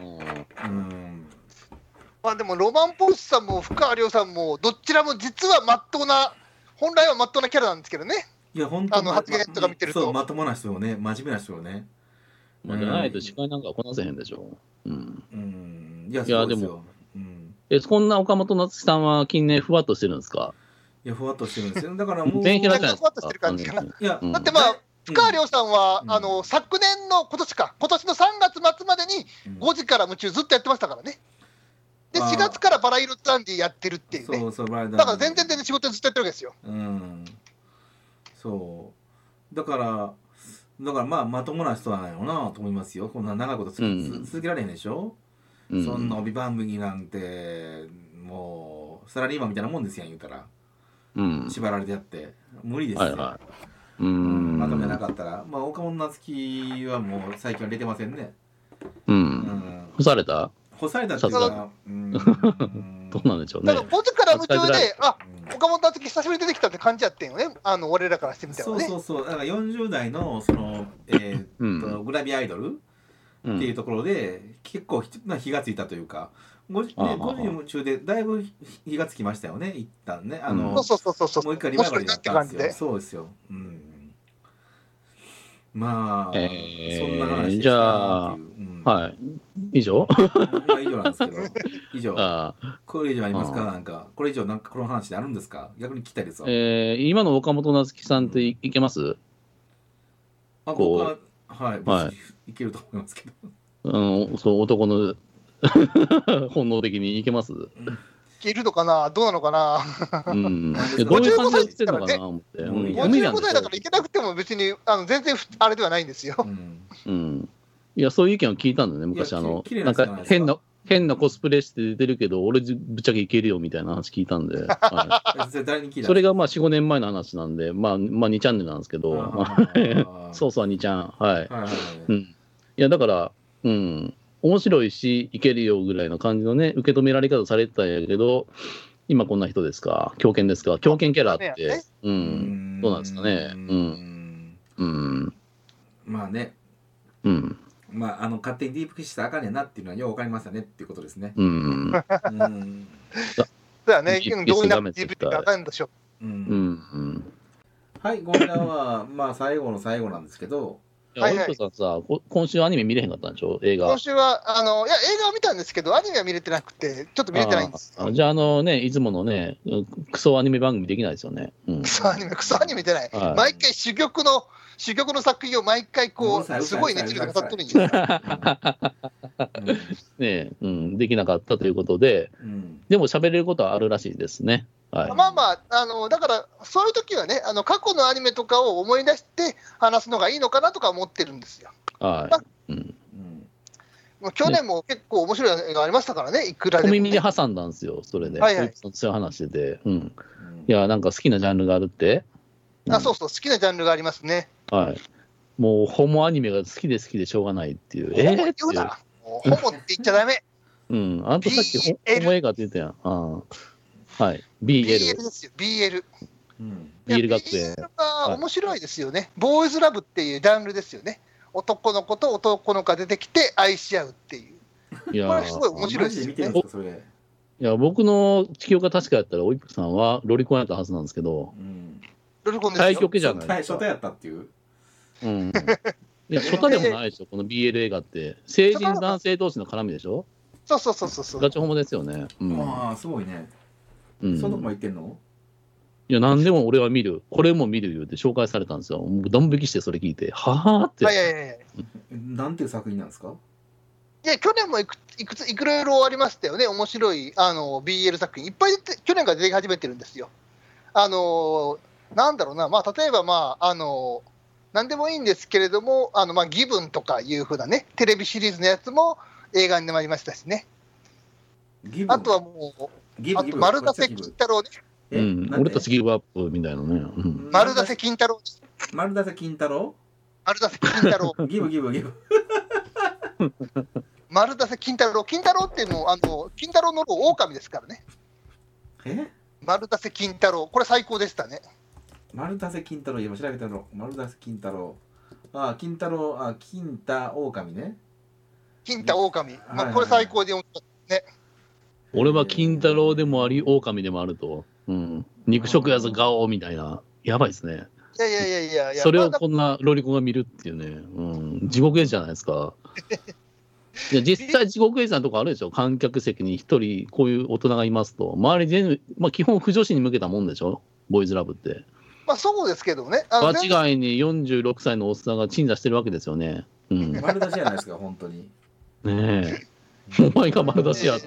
でもロマン・ポルシェさんも深川亮さんもどちらも実は本来はまっとうなキャラなんですけどね。 いや本当発言とか見てるとまともな人よね、真面目な人よね。 じゃないと司会なんかこなせへんでしょ。 いやでもこんな岡本夏樹さんは近年ふわっとしてるんですか。 いやふわっとしてるんですよ。だからもう全然ふわっとしてる感じかな。 いやだって深川亮さんは昨年の今年の3月末までに5時から夢中ずっとやってましたからね。で4月からバラ色ツアンディやってるっていうね。だから全然仕事ずっとやってるわけですよ。 そうだからまともな人なんやろうなと思いますよ。こんな長いこと続けられへんでしょ。そんな帯番組なんてもうサラリーマンみたいなもんですやん言うたら、縛られてやって無理ですよ。まとめなかったら岡本夏樹はもう最近は出てませんね。 干されたっていうかどうなんでしょうね。 5時から夢中で岡本夏樹久しぶりに出てきたって感じやってんよね、俺らからしてみたらね。 そうだから40代のそのグラビアアイドルっていうところで結構火がついたというか、5時夢中でだいぶ火がつきましたよね、一旦ね。もう一回リバイバルになったんですよ。そうですよ。そんな話でじゃあ以上以上なんですけど、以上。これ以上ありますか。なんかこれ以上この話であるんですか。逆に聞きたいですわ。 今の岡本夏樹さんっていけます？ 僕はいけると思いますけど。 そう男の本能的にいけます？ けるのかな、どうなのかな。 どういう感じで映ってるのかな思って。 55歳だから行けなくても別に全然あれではないんですよ。 いや、そういう意見を聞いたんだね、昔。なんか変なコスプレして出てるけど、俺ぶっちゃけいけるよみたいな話聞いたんで。それがまあ4、5年前の話なんで、まあ2チャンネルなんですけど、そうそう、2チャン。はい。いや、だから、面白いし、いけるよぐらいの感じのね、受け止められ方されてたんやけど、今こんな人ですか、狂犬ですか、狂犬キャラって、どうなんですかね。 まあね。まあ、勝手にディープキスしたらあかんねんなっていうのはよう分かりましたねっていうことですね。 そうだね、どういうなディープキスあかんでしょう。 はい、ゴンダは、まあ、最後の最後なんですけど、 おいこさんさ、今週アニメ見れへんかったんでしょ、映画。 今週は、いや、映画を見たんですけど、アニメは見れてなくて、ちょっと見れてないんです。 じゃあ、いつものね、クソアニメ番組できないですよね。 クソアニメじゃない。毎回珠玉の作品を毎回すごい熱量で語ってるんですよ。 できなかったということで、でも喋れることはあるらしいですね。 まあまあ、だからそういう時はね、過去のアニメとかを思い出して話すのがいいのかなとか思ってるんですよ。去年も結構面白い映画ありましたからね、いくらでも、 小耳で挟んだんですよ、それで。そういう話で。いや、なんか好きなジャンルがあるって。 そうそう、好きなジャンルがありますね。 もう、ホモアニメが好きでしょうがないっていう。 ホモって言うな。ホモって言っちゃダメ。 あんたさっきホモ映画って言ったやん。 BL ですよ、BL。 BL 学園。 BL が面白いですよね。ボーイズラブっていうジャンルですよね。男の子と男の子が出てきて愛し合うっていう。これすごい面白いですよね。 いや、僕の記憶が確かやったら、おいっぷさんはロリコンやったはずなんですけど、 ロリコンですよ。 対局じゃないですか。 初手やったっていう。 いや、初手でもないでしょ、この BL 映画って。成人男性同士の絡みでしょ。 そう。 ガチホモですよね。 ああ、すごいね。そんなとこも言ってんの？ いや、何でも俺は見る。これも見る言うて紹介されたんですよ。ドン引きしてそれ聞いて、はぁって。 なんていう作品なんですか？ いや、去年もいろいろありましたよね。面白いBL 作品。いっぱい去年から出て始めてるんですよ。なんだろうな、まあ、例えば、なんでもいいんですけれども、ギブンとかいうふうなね、テレビシリーズのやつも映画になりましたしね。あとはもう、丸出せ金太郎ね。 俺たちギブアップみたいなね。 丸出せ金太郎。 丸出せ金太郎？ 丸出せ金太郎。 ギブ。 丸出せ金太郎。金太郎っていうのも、金太郎の狼ですからね。丸出せ金太郎。これ最高でしたね。 丸出せ金太郎、今調べたの。丸出せ金太郎。金太郎、金太狼ね。 金太狼。これ最高で読んだね。 俺は金太郎でもあり、狼でもあると。肉食やぞ、ガオーみたいな。やばいですね。 いや。 それをこんなロリコンが見るっていうね。地獄絵じゃないですか。いや実際地獄絵図なとこあるでしょ。観客席に一人こういう大人がいますと、周り全部、基本不女子に向けたもんでしょ、ボーイズラブって。 そうですけどね。 間違いに46歳のおっさんが鎮座してるわけですよね。 丸出しじゃないですか、本当に。 ねえ。お前が丸出しやって。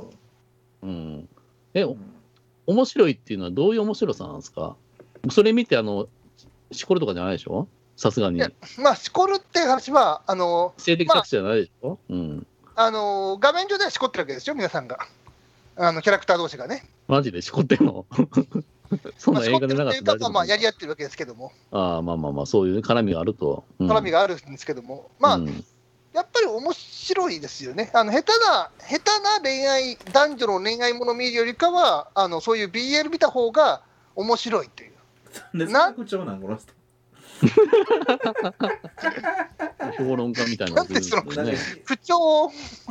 面白いっていうのはどういう面白さなんですか？それ見てしこるとかじゃないでしょ、さすがに。 しこるって話は性的作詞じゃないでしょ、 画面上ではしこってるわけですよ、皆さんが。キャラクター同士がね。 マジでしこってんの？そんな映画でなかったらやり合ってるわけですけども。 そういう絡みがあると。 絡みがあるんですけども、やっぱり面白いですよね。下手な恋愛、男女の恋愛もの見るよりかは、そういう BL 見た方が面白いという。 口調なんこの人。 評論家みたいな。 口調。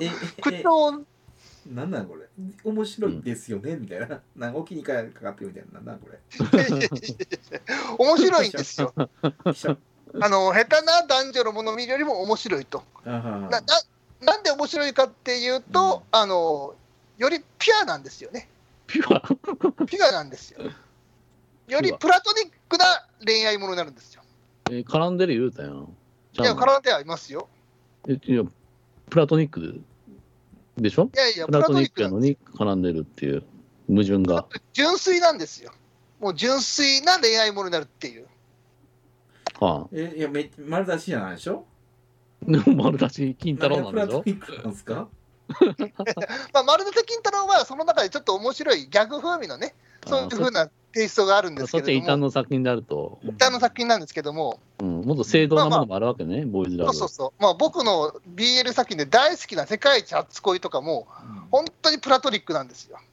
なんなんこれ、面白いですよね、みたいな。なんかお気にかかってるみたいな。なんこれ。 面白いんですよ。下手な男女のものを見るよりも面白いと。なんで面白いかっていうと、よりピュアなんですよね。 ピュアなんですよ。よりプラトニックな恋愛ものになるんですよ。 絡んでる言うたやん。 いや、絡んではいますよ。 いや、プラトニックでしょ？ いや、 プラトニックやのに絡んでるっていう。 矛盾が。 純粋なんですよ。もう純粋な恋愛ものになるっていう。 はあ、 いや、丸出しじゃないでしょ。 丸出し金太郎なんでしょ。 プラトニックなんですか。 まあ、丸出し金太郎はその中でちょっと面白いギャグ風味のね、そういう風なテイストがあるんですけれども、 そっちは異端の作品であると。 異端の作品なんですけども、 もっと正当なものもあるわけね、ボーイズラブ。 そうそう。まあ、僕の BL 作品で大好きな世界一初恋とかも、本当にプラトニックなんですよ。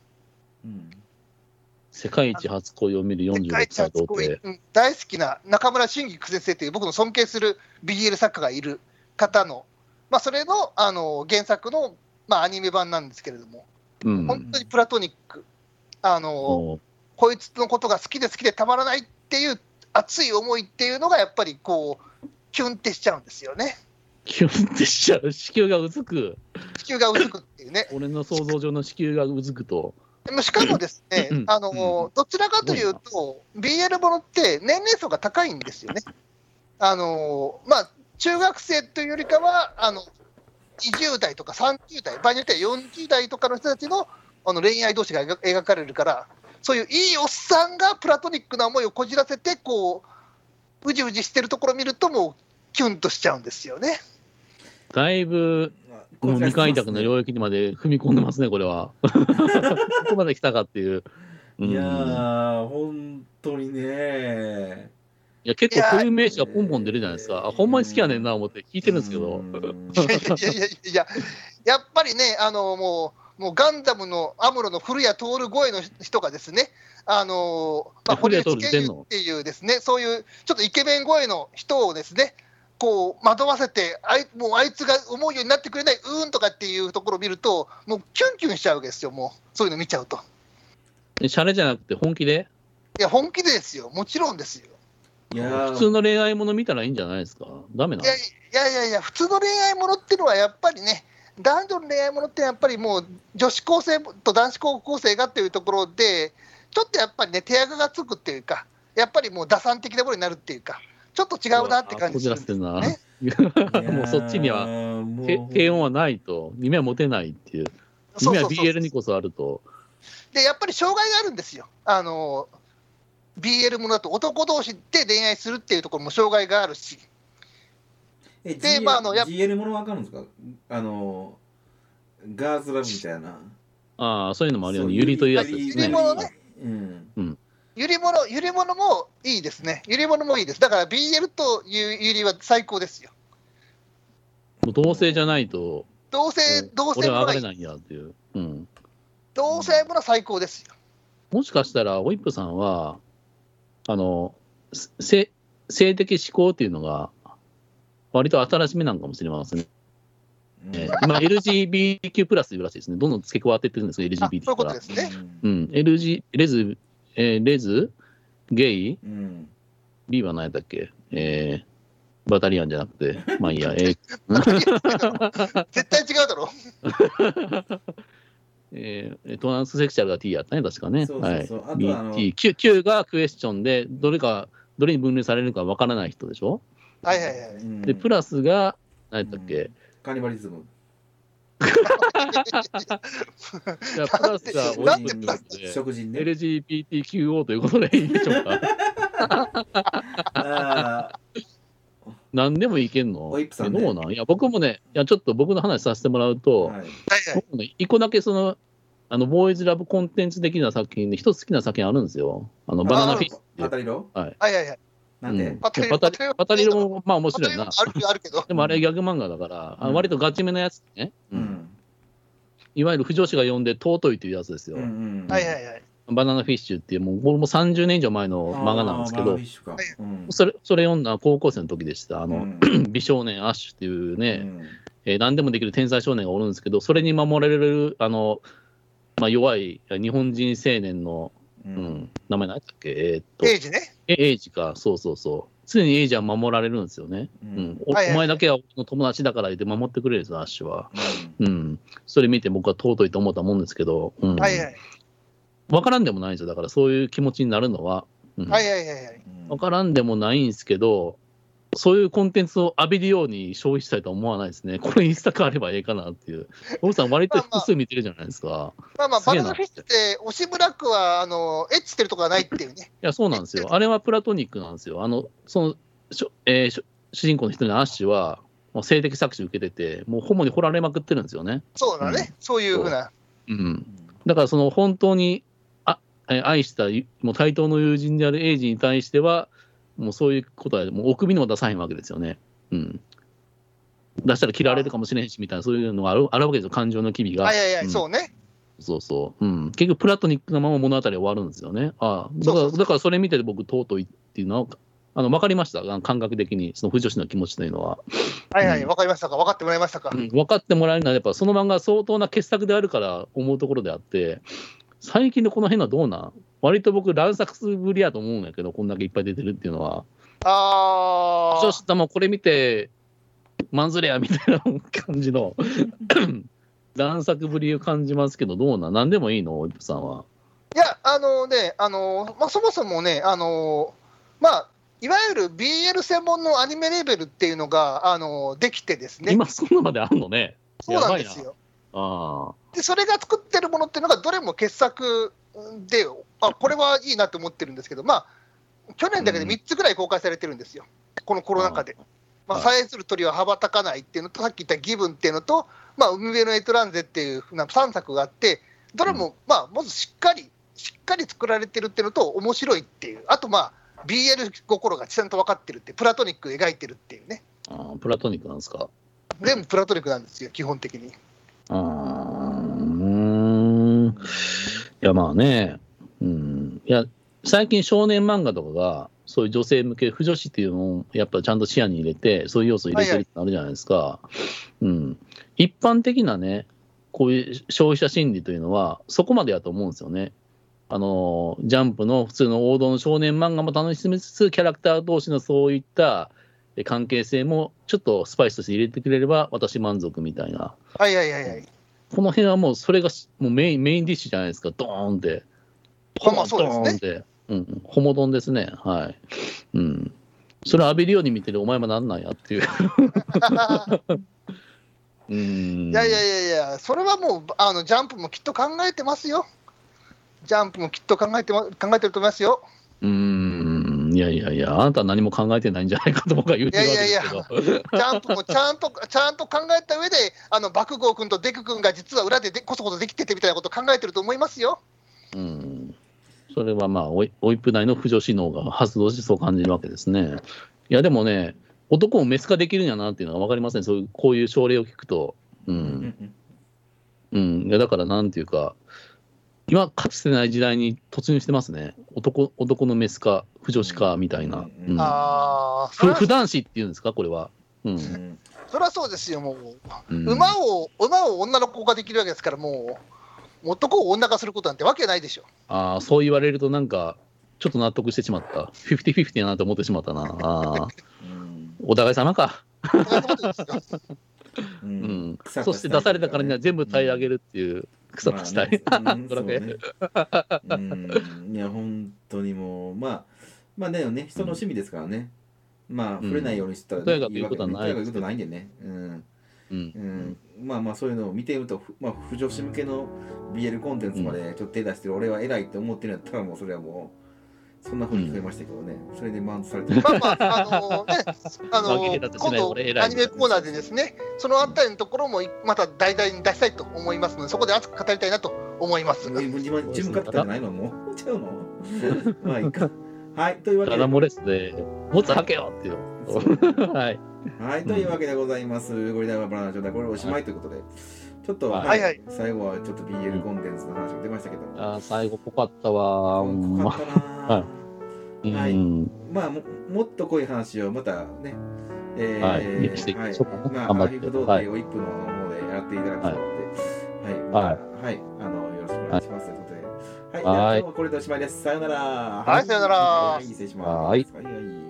世界一初恋を見る46歳童貞、 大好きな中村俊樹先生という僕の尊敬する BL 作家がいる方の、まあ、それの、原作の、まあ、アニメ版なんですけれども、本当にプラトニック、こいつのことが好きでたまらないっていう熱い思いっていうのがやっぱりこうキュンってしちゃうんですよね。 キュンってしちゃう。子宮がうずく。 子宮がうずくっていうね。 俺の想像上の子宮がうずくと。 しかもですね、どちらかというと、BL ものって年齢層が高いんですよね。まあ、中学生というよりかは、20代とか30代、場合によっては40代とかの人たちの恋愛同士が描かれるから、そういういいおっさんがプラトニックな思いをこじらせて、こう、うじうじしてるところを見ると、もう、キュンとしちゃうんですよね。 だいぶ、もう未開拓の領域にまで踏み込んでますね、これは。ここまで来たかっていう。 いやー、本当にね。 いや、結構固有名詞がポンポン出るじゃないですか。ほんまに好きやねんな思って聞いてるんですけど。 いや、やっぱりね、もうガンダムのアムロの古谷徹声の人がですね、 古谷徹出んのっていうですね、そういうちょっとイケメン声の人をですね、こう惑わせて、もうあいつが思うようになってくれない、とかっていうところを見ると、もうキュンキュンしちゃうわけですよ、もう、そういうの見ちゃうと。 シャレじゃなくて本気で？ いや、本気でですよ、もちろんですよ。 普通の恋愛もの見たらいいんじゃないですか？ダメなの？ いや、普通の恋愛ものっていうのはやっぱりね、男女の恋愛ものってやっぱりもう女子高生と男子高校生がっていうところで、ちょっとやっぱりね、手垢がつくっていうか、やっぱりもう打算的なものになるっていうか、ちょっと違うなって感じするんですよね。 もうそっちには平穏はないと、夢は持てないっていう、夢は BL にこそあると。 で、やっぱり障害があるんですよ。BL ものだと男同士で恋愛するっていうところも障害があるし。 で、GL ものわかるんですか？ガーズラブみたいな。 ああ、そういうのもあるよね。ユリというやつですね。 ユリものね。ユリものもいいですね。ユリものもいいです。だから BL とユリは最高ですよ。 もう同性じゃないと、 同性俺は上がれないんやっていう。 同性ものは最高ですよ。 もしかしたら、ホイップさんは、性的指向っていうのが、割と新しめなんかもしれませんね。今、LGBTQ プラスというらしいですね。どんどん付け加わっていってるんですよ、LGBT そういうことですね。 レズ、ゲイ、B は何やったっけ？バタリアンじゃなくて、まあいいや。 絶対違うだろ。 トランスセクシャルが T やったね、確かね。Q がクエスチョンで、どれに分類されるかわからない人でしょ？ はいはいはい。 で、プラスが、何やったっけ？ カニバリズム。 じゃあ、プラスがオイプによって食事ね。 LGBTQO ということでいいでしょうか？何でもいけんの？ オイプさんね。どうなん？いや、僕もね、ちょっと僕の話させてもらうと、僕もね、一個だけボーイズラブコンテンツ的な作品で、一つ好きな作品あるんですよ。バナナフィッシュ。 パタリロ？ はいはいはい。 なんで？ パタリロもまあ面白いな。 あるけど。 でもあれギャグ漫画だから、割とガチめなやつね。いわゆる不女子が読んで尊いというやつですよ。 はいはいはい。 バナナフィッシュっていう、もう30年以上前の漫画なんですけど、それ読んだ高校生の時でした。美少年アッシュっていうね、何でもできる天才少年がおるんですけど、それに守られる、弱い日本人青年の、名前何だっけ？ エイジね。 エイジか、そう。常にエイジは守られるんですよね。お前だけは俺の友達だから言って守ってくれるんですよ、アッシュは。それ見て僕は尊いと思ったもんですけど、分からんでもないんですよ。だからそういう気持ちになるのは。分からんでもないんですけど、 そういうコンテンツを浴びるように消費したいとは思わないですね。これインスタ化あればええかなっていう。奥さん、割と複数見てるじゃないですか。 バナナフィッシュって、押村区はエッチしてるとこがないっていうね。 いや、そうなんですよ。あれはプラトニックなんですよ。主人公の人のアッシュは、もう性的搾取受けてて、もうホモに掘られまくってるんですよね。 そうだね、そういうふうな。 だから、本当に愛したもう対等の友人であるエイジに対しては、もうそういうことは、もうお首にも出さへんわけですよね。出したら嫌われるかもしれんしみたいな、そういうのがあるわけですよ、感情の機微が。 そうね。 そうそう。結局、プラトニックなまま物語終わるんですよね。だからそれ見てて僕、尊いっていうのは、分かりました、感覚的に、その不女子の気持ちというのは。 分かりましたか、分かってもらいましたか。 分かってもらえるのは、やっぱその漫画は相当な傑作であるから思うところであって、最近のこの辺はどうなん割と僕、乱作ぶりやと思うんやけど、こんだけいっぱい出てるっていうのは。女子もこれ見て、マンズレアみたいな感じの乱作ぶりを感じますけど、どうなん何でもいいの、イプさんは。 いや、そもそもね、いわゆる BL 専門のアニメレベルっていうのができてですね。 今、そんなまであるのね。 そうなんですよ。で、それが作ってるものっていうのが、どれも傑作で、これはいいなと思ってるんですけど、去年だけで3つぐらい公開されてるんですよ、このコロナ禍で。さえずる鳥は羽ばたかないっていうのと、さっき言ったギブンっていうのと、海辺のエトランゼっていうふうな3作があって、どれも、まずしっかり作られてるっていうのと、面白いっていう、あとBL 心がちゃんと分かってるって、プラトニック描いてるっていうね。 プラトニックなんですか。 全部プラトニックなんですよ、基本的に。 いや、まあね、いや、最近少年漫画とかが、そういう女性向け、不女子っていうのをやっぱちゃんと視野に入れて、そういう要素を入れてるってあるじゃないですか。一般的なね、こういう消費者心理というのは、そこまでやと思うんですよね。ジャンプの普通の王道の少年漫画も楽しみつつ、キャラクター同士のそういった関係性もちょっとスパイスとして入れてくれれば、私満足みたいな。この辺はもう、それがもうメインディッシュじゃないですか、ドーンって。 そうですね。 ホモ丼ですね。はい。それを浴びるように見てるお前もなんなんやっていう。 いや、それはもうジャンプもきっと考えてますよ。ジャンプもきっと考えてると思いますよ。 いや、あなたは何も考えてないんじゃないかと僕は言うてるわけですけど。 ジャンプもちゃんと考えた上で、爆豪君とデク君が実は裏でこそこそできててみたいなことを考えてると思いますよ。 それはオイプ内の不女子脳が発動してそう感じるわけですね。いや、でもね、男もメス化できるんやなっていうのが分かりません、こういう症例を聞くと。いや、だからなんていうか、今、かつてない時代に突入してますね。男のメス化、不女子化みたいな。不男子っていうんですか、これは。 それはそうですよ、もう。馬を女の子ができるわけですから、もう、男を女化することなんてわけないでしょ。 そう言われると、なんか、ちょっと納得してしまった。50-50やなと思ってしまったな。お互い様か。そして出されたからには全部耐え上げるっていう。草たちたい。いや、本当にもう、まあだよね、人の趣味ですからね。触れないようにしたら、 とにかく言うことはない。 ということないんでね。そういうのを見てると、不女子向けの BL コンテンツまでちょっと手出してる俺は偉いって思ってるんやったら、もうそれはもう。そんなふうに聞こえましたけどね、それでマウントされてる。 今度、アニメコーナーでですね、そのあたりのところもまた題材に出したいと思いますので、そこで熱く語りたいなと思います。 自分勝手じゃないのもうちゃうのまあいいか。はい、というわけで。 ダダモレスで、もっとはけよっていう。 はい。はい、というわけでございます。ゴリラバナナ状態、これおしまいということで。ちょっと、最後はちょっと BL コンテンツの話が出ましたけど。 最後っぽかったわ。 ぽかったな。はい。もっとこういう話をまたね、 していきましょうかね。 アーヒブ童貞を一分の方でやっていただくそうなので、はい。よろしくお願いしますということで。はい。今日はこれでおしまいです。さよなら。 はい、さよなら。 失礼します。はい。